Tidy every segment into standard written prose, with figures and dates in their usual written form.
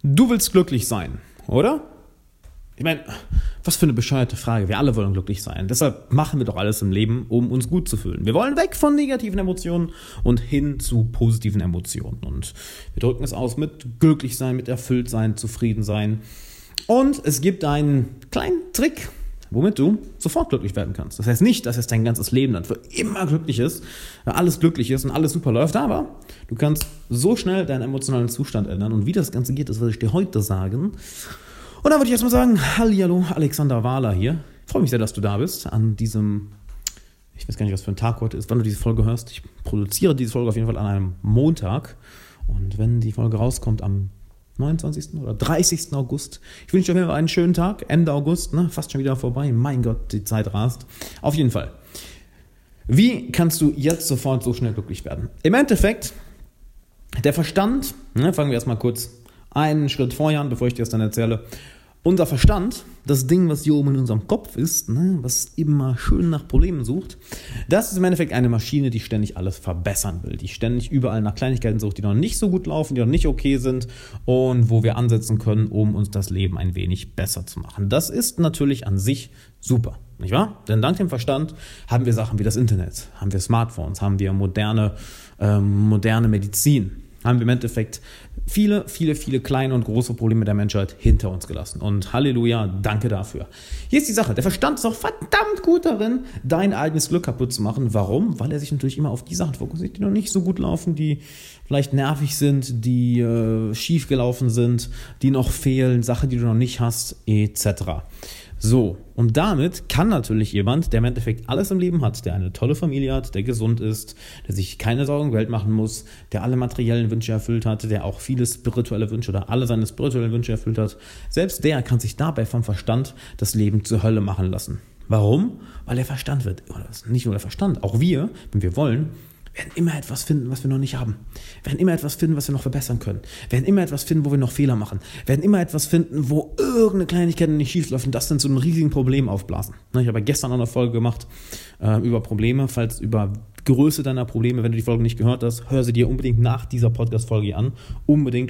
Du willst glücklich sein, oder? Ich meine, was für eine bescheuerte Frage. Wir alle wollen glücklich sein. Deshalb machen wir doch alles im Leben, um uns gut zu fühlen. Wir wollen weg von negativen Emotionen und hin zu positiven Emotionen. Und wir drücken es aus mit glücklich sein, mit erfüllt sein, zufrieden sein. Und es gibt einen kleinen Trick, womit du sofort glücklich werden kannst. Das heißt nicht, dass jetzt dein ganzes Leben dann für immer glücklich ist, alles glücklich ist und alles super läuft, aber du kannst so schnell deinen emotionalen Zustand ändern. Und wie das Ganze geht, das werde ich dir heute sagen. Und dann würde ich erstmal sagen, hallihallo, Alexander Wahler hier. Ich freue mich sehr, dass du da bist an diesem, ich weiß gar nicht, was für ein Tag heute ist, wann du diese Folge hörst. Ich produziere diese Folge auf jeden Fall an einem Montag. Und wenn die Folge rauskommt am 29. oder 30. August. Ich wünsche dir auf jeden Fall einen schönen Tag, Ende August, fast schon wieder vorbei. Mein Gott, die Zeit rast. Auf jeden Fall. Wie kannst du jetzt sofort so schnell glücklich werden? Im Endeffekt, der Verstand, fangen wir erstmal kurz einen Schritt vorher an, bevor ich dir das dann erzähle. Unser Verstand, das Ding, was hier oben in unserem Kopf ist, was immer schön nach Problemen sucht, das ist im Endeffekt eine Maschine, die ständig alles verbessern will, die ständig überall nach Kleinigkeiten sucht, die noch nicht so gut laufen, die noch nicht okay sind und wo wir ansetzen können, um uns das Leben ein wenig besser zu machen. Das ist natürlich an sich super, nicht wahr? Denn dank dem Verstand haben wir Sachen wie das Internet, haben wir Smartphones, haben wir moderne Medizin, haben wir im Endeffekt viele kleine und große Probleme der Menschheit hinter uns gelassen. Und Halleluja, danke dafür. Hier ist die Sache, der Verstand ist auch verdammt gut darin, dein eigenes Glück kaputt zu machen. Warum? Weil er sich natürlich immer auf die Sachen fokussiert, die noch nicht so gut laufen, die vielleicht nervig sind, die schief gelaufen sind, die noch fehlen, Sachen, die du noch nicht hast, etc. So, und damit kann natürlich jemand, der im Endeffekt alles im Leben hat, der eine tolle Familie hat, der gesund ist, der sich keine Sorgen um Geld machen muss, der alle materiellen Wünsche erfüllt hat, der auch viele spirituelle Wünsche oder alle seine spirituellen Wünsche erfüllt hat, selbst der kann sich dabei vom Verstand das Leben zur Hölle machen lassen. Warum? Weil der Verstand wird, oder nicht nur der Verstand, auch wir, wenn wir wollen, werden immer etwas finden, was wir noch nicht haben. Werden immer etwas finden, was wir noch verbessern können. Werden immer etwas finden, wo wir noch Fehler machen. Werden immer etwas finden, wo irgendeine Kleinigkeit nicht schief läuft und das dann zu einem riesigen Problem aufblasen. Ich habe gestern auch eine Folge gemacht über Probleme, über Größe deiner Probleme. Wenn du die Folge nicht gehört hast, hör sie dir unbedingt nach dieser Podcast-Folge an. Unbedingt.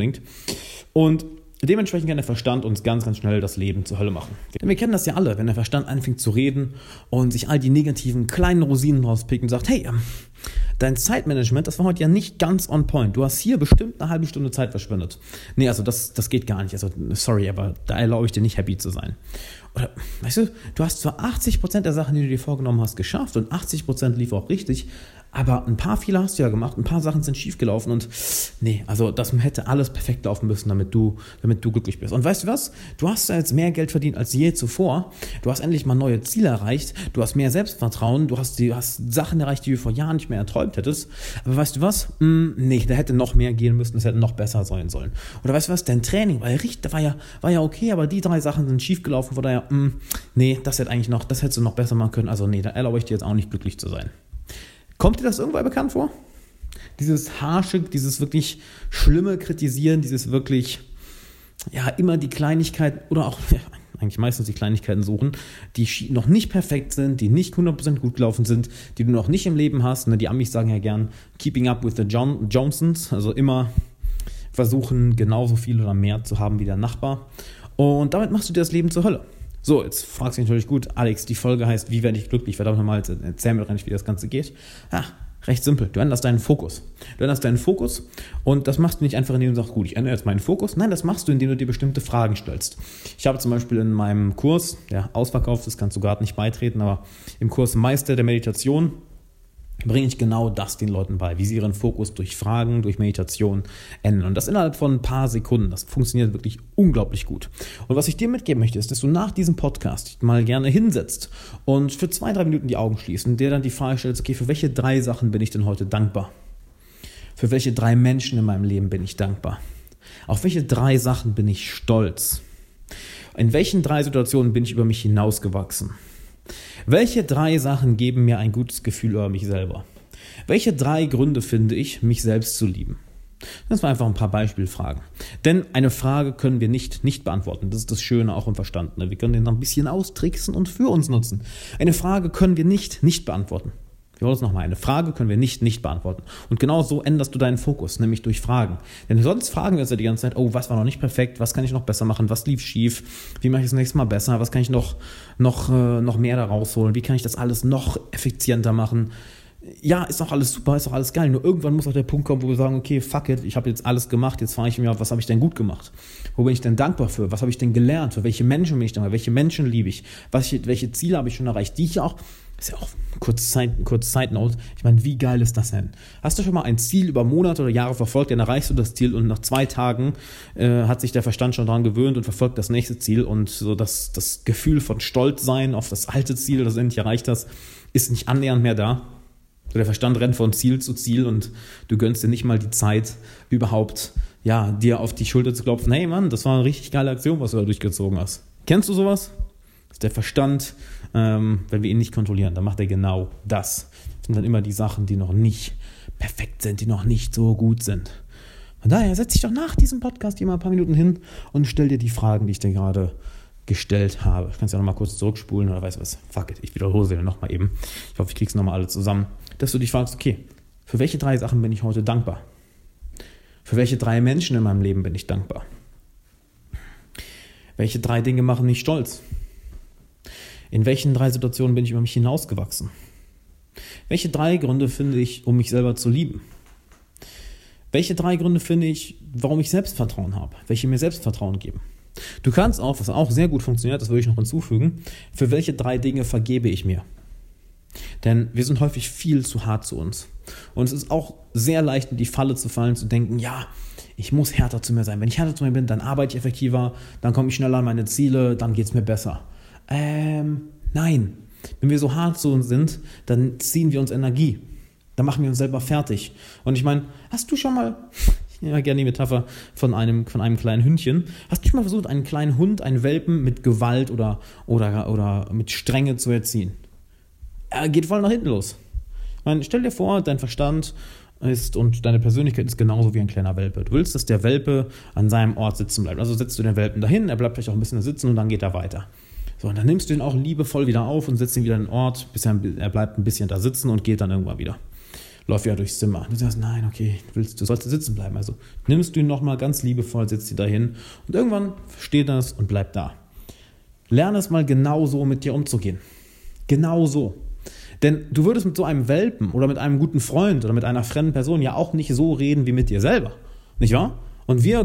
Und dementsprechend kann der Verstand uns ganz, ganz schnell das Leben zur Hölle machen. Denn wir kennen das ja alle, wenn der Verstand anfängt zu reden und sich all die negativen kleinen Rosinen rauspickt und sagt, hey, dein Zeitmanagement, das war heute ja nicht ganz on point. Du hast hier bestimmt eine halbe Stunde Zeit verschwendet. Nee, also das geht gar nicht. Also sorry, aber da erlaube ich dir nicht happy zu sein. Oder, weißt du hast zwar 80% der Sachen, die du dir vorgenommen hast, geschafft und 80% lief auch richtig, aber ein paar Fehler hast du ja gemacht, ein paar Sachen sind schief gelaufen und nee, also das hätte alles perfekt laufen müssen, damit du glücklich bist. Und weißt du was? Du hast ja jetzt mehr Geld verdient als je zuvor, du hast endlich mal neue Ziele erreicht, du hast mehr Selbstvertrauen, du hast Sachen erreicht, die du vor Jahren nicht mehr erträumt hättest, aber weißt du was? Nee, da hätte noch mehr gehen müssen, es hätte noch besser sein sollen. Oder weißt du was? Dein Training war ja okay, aber die 3 Sachen sind schief gelaufen, von daher, nee, das hättest du noch besser machen können, also nee, da erlaube ich dir jetzt auch nicht glücklich zu sein. Kommt dir das irgendwann bekannt vor? Dieses harsche, dieses wirklich schlimme Kritisieren, dieses wirklich, immer die Kleinigkeiten oder auch eigentlich meistens die Kleinigkeiten suchen, die noch nicht perfekt sind, die nicht 100% gut gelaufen sind, die du noch nicht im Leben hast. Die Amis sagen ja gern, keeping up with the Johnsons, also immer versuchen, genauso viel oder mehr zu haben wie der Nachbar. Und damit machst du dir das Leben zur Hölle. So, jetzt fragst du dich natürlich, gut, Alex, die Folge heißt, wie werde ich glücklich? Verdammt nochmal, erzähl mir doch nicht, wie das Ganze geht. Recht simpel, du änderst deinen Fokus. Und das machst du nicht einfach, indem du sagst, gut, ich ändere jetzt meinen Fokus. Nein, das machst du, indem du dir bestimmte Fragen stellst. Ich habe zum Beispiel in meinem Kurs, der ausverkauft ist, kannst du gerade nicht beitreten, aber im Kurs Meister der Meditation bringe ich genau das den Leuten bei, wie sie ihren Fokus durch Fragen, durch Meditation ändern. Und das innerhalb von ein paar Sekunden. Das funktioniert wirklich unglaublich gut. Und was ich dir mitgeben möchte, ist, dass du nach diesem Podcast mal gerne hinsetzt und für 2-3 Minuten die Augen schließt und dir dann die Frage stellst, okay, für welche 3 Sachen bin ich denn heute dankbar? Für welche 3 Menschen in meinem Leben bin ich dankbar? Auf welche 3 Sachen bin ich stolz? In welchen 3 Situationen bin ich über mich hinausgewachsen? Welche 3 Sachen geben mir ein gutes Gefühl über mich selber? Welche 3 Gründe finde ich, mich selbst zu lieben? Das waren einfach ein paar Beispielfragen. Denn eine Frage können wir nicht beantworten. Das ist das Schöne auch im Verstand. Wir können den noch ein bisschen austricksen und für uns nutzen. Eine Frage können wir nicht beantworten. wiederhole es nochmal, eine Frage können wir nicht beantworten. Und genau so änderst du deinen Fokus, nämlich durch Fragen. Denn sonst fragen wir uns ja die ganze Zeit, oh, was war noch nicht perfekt, was kann ich noch besser machen, was lief schief, wie mache ich das nächste Mal besser, was kann ich noch mehr da rausholen, wie kann ich das alles noch effizienter machen. Ja, ist auch alles super, ist auch alles geil, nur irgendwann muss auch der Punkt kommen, wo wir sagen, okay, fuck it, ich habe jetzt alles gemacht, jetzt frage ich mich auch, was habe ich denn gut gemacht? Wo bin ich denn dankbar für? Was habe ich denn gelernt? Für welche Menschen bin ich dankbar? Welche Menschen liebe ich? Welche Ziele habe ich schon erreicht? Die ich auch, ist ja auch kurz Side Note, ich meine, wie geil ist das denn? Hast du schon mal ein Ziel über Monate oder Jahre verfolgt, dann erreichst du das Ziel und nach 2 Tagen hat sich der Verstand schon daran gewöhnt und verfolgt das nächste Ziel und so das Gefühl von Stolzsein auf das alte Ziel, das du endlich erreicht hast, ist nicht annähernd mehr da. Der Verstand rennt von Ziel zu Ziel und du gönnst dir nicht mal die Zeit, überhaupt dir auf die Schulter zu klopfen. Hey Mann, das war eine richtig geile Aktion, was du da durchgezogen hast. Kennst du sowas? Das ist der Verstand, wenn wir ihn nicht kontrollieren, dann macht er genau das. Das sind dann immer die Sachen, die noch nicht perfekt sind, die noch nicht so gut sind. Von daher setz dich doch nach diesem Podcast hier mal ein paar Minuten hin und stell dir die Fragen, die ich dir gerade gestellt habe. Ich kann es ja nochmal kurz zurückspulen oder weißt du was, fuck it, ich wiederhole sie nochmal eben. Ich hoffe, ich krieg's nochmal alle zusammen. Dass du dich fragst, okay, für welche 3 Sachen bin ich heute dankbar? Für welche 3 Menschen in meinem Leben bin ich dankbar? Welche 3 Dinge machen mich stolz? In welchen 3 Situationen bin ich über mich hinausgewachsen? Welche 3 Gründe finde ich, um mich selber zu lieben? Welche 3 Gründe finde ich, warum ich Selbstvertrauen habe? Welche mir Selbstvertrauen geben? Du kannst auch, was auch sehr gut funktioniert, das würde ich noch hinzufügen, für welche 3 Dinge vergebe ich mir? Denn wir sind häufig viel zu hart zu uns. Und es ist auch sehr leicht, in die Falle zu fallen, zu denken, ja, ich muss härter zu mir sein. Wenn ich härter zu mir bin, dann arbeite ich effektiver, dann komme ich schneller an meine Ziele, dann geht es mir besser. Nein. Wenn wir so hart zu uns sind, dann ziehen wir uns Energie. Dann machen wir uns selber fertig. Und ich meine, hast du schon mal, ich nehme gerne die Metapher von einem kleinen Hündchen, hast du schon mal versucht, einen kleinen Hund, einen Welpen mit Gewalt oder mit Strenge zu erziehen? Er geht voll nach hinten los. Ich meine, stell dir vor, dein Verstand ist und deine Persönlichkeit ist genauso wie ein kleiner Welpe. Du willst, dass der Welpe an seinem Ort sitzen bleibt. Also setzt du den Welpen dahin, er bleibt vielleicht auch ein bisschen da sitzen und dann geht er weiter. So, und dann nimmst du ihn auch liebevoll wieder auf und setzt ihn wieder an den Ort, bis er bleibt ein bisschen da sitzen und geht dann irgendwann wieder. Läuft wieder durchs Zimmer. Du sagst, nein, okay, du sollst sitzen bleiben. Also nimmst du ihn nochmal ganz liebevoll, setzt ihn dahin und irgendwann versteht er es und bleibt da. Lerne es mal genau so mit dir umzugehen. Genau so. Denn du würdest mit so einem Welpen oder mit einem guten Freund oder mit einer fremden Person ja auch nicht so reden wie mit dir selber. Nicht wahr? Und wir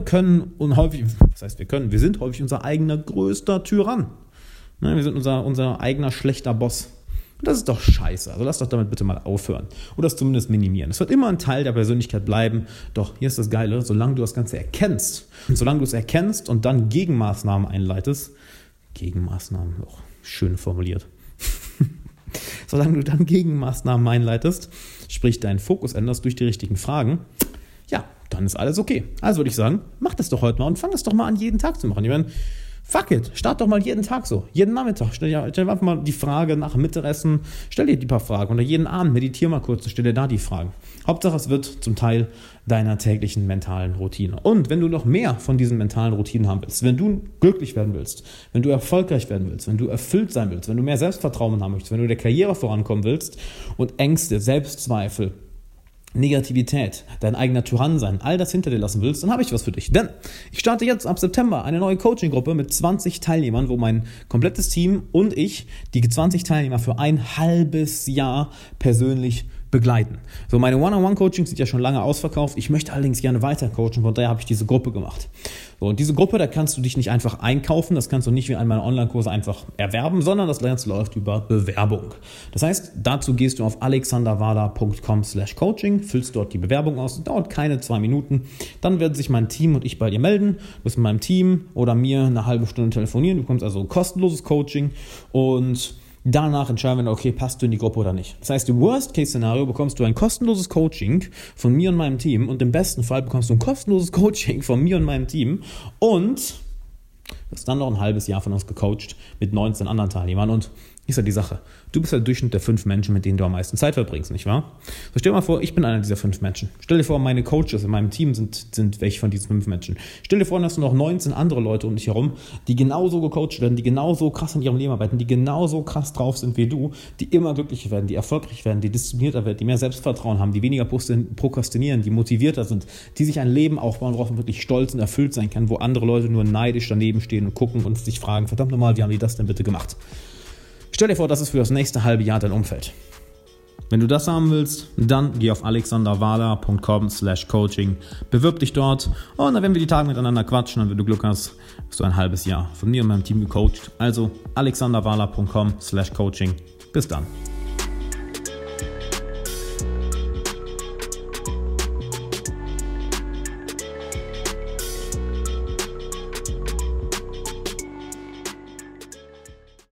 sind häufig unser eigener größter Tyrann. Wir sind unser eigener schlechter Boss. Und das ist doch scheiße. Also lass doch damit bitte mal aufhören. Oder das zumindest minimieren. Es wird immer ein Teil der Persönlichkeit bleiben. Doch hier ist das Geile, solange du das Ganze erkennst und dann Gegenmaßnahmen einleitest, Gegenmaßnahmen, auch schön formuliert, solange du dann Gegenmaßnahmen einleitest, sprich deinen Fokus änderst durch die richtigen Fragen, ja, dann ist alles okay. Also würde ich sagen, mach das doch heute mal und fang das doch mal an, jeden Tag zu machen. Ich meine, fuck it, start doch mal jeden Tag so, jeden Nachmittag. Stell dir einfach mal die Frage nach Mittagessen, stell dir die paar Fragen oder jeden Abend meditier mal kurz und stell dir da die Fragen. Hauptsache, es wird zum Teil deiner täglichen mentalen Routine. Und wenn du noch mehr von diesen mentalen Routinen haben willst, wenn du glücklich werden willst, wenn du erfolgreich werden willst, wenn du erfüllt sein willst, wenn du mehr Selbstvertrauen haben möchtest, wenn du in der Karriere vorankommen willst und Ängste, Selbstzweifel, Negativität, dein eigener Tyrann sein, all das hinter dir lassen willst, dann habe ich was für dich. Denn ich starte jetzt ab September eine neue Coaching-Gruppe mit 20 Teilnehmern, wo mein komplettes Team und ich die 20 Teilnehmer für ein halbes Jahr persönlich begleiten. So, meine One-on-One-Coachings sind ja schon lange ausverkauft. Ich möchte allerdings gerne weiter coachen, von daher habe ich diese Gruppe gemacht. So, und diese Gruppe, da kannst du dich nicht einfach einkaufen, das kannst du nicht wie einen meiner Online-Kurse einfach erwerben, sondern das Ganze läuft über Bewerbung. Das heißt, dazu gehst du auf alexanderwala.com/coaching, füllst dort die Bewerbung aus, dauert keine 2 Minuten, dann werden sich mein Team und ich bei dir melden, du wirst mit meinem Team oder mir eine halbe Stunde telefonieren, du bekommst also ein kostenloses Coaching und danach entscheiden wir, okay, passt du in die Gruppe oder nicht. Das heißt, im Worst-Case-Szenario bekommst du ein kostenloses Coaching von mir und meinem Team und im besten Fall bekommst du ein kostenloses Coaching von mir und meinem Team und wirst dann noch ein halbes Jahr von uns gecoacht mit 19 anderen Teilnehmern und Ist ja die Sache. Du bist der Durchschnitt der 5 Menschen, mit denen du am meisten Zeit verbringst, nicht wahr? So, stell dir mal vor, ich bin einer dieser 5 Menschen. Stell dir vor, meine Coaches in meinem Team sind welche von diesen 5 Menschen. Stell dir vor, dass du noch 19 andere Leute um dich herum, die genauso gecoacht werden, die genauso krass an ihrem Leben arbeiten, die genauso krass drauf sind wie du, die immer glücklicher werden, die erfolgreich werden, die disziplinierter werden, die mehr Selbstvertrauen haben, die weniger prokrastinieren, die motivierter sind, die sich ein Leben aufbauen, worauf man wirklich stolz und erfüllt sein kann, wo andere Leute nur neidisch daneben stehen und gucken und sich fragen, verdammt nochmal, wie haben die das denn bitte gemacht? Stell dir vor, das ist für das nächste halbe Jahr dein Umfeld. Wenn du das haben willst, dann geh auf alexanderwahler.com/coaching, bewirb dich dort und dann werden wir die Tage miteinander quatschen und wenn du Glück hast, bist du ein halbes Jahr von mir und meinem Team gecoacht. Also alexanderwahler.com/coaching. Bis dann.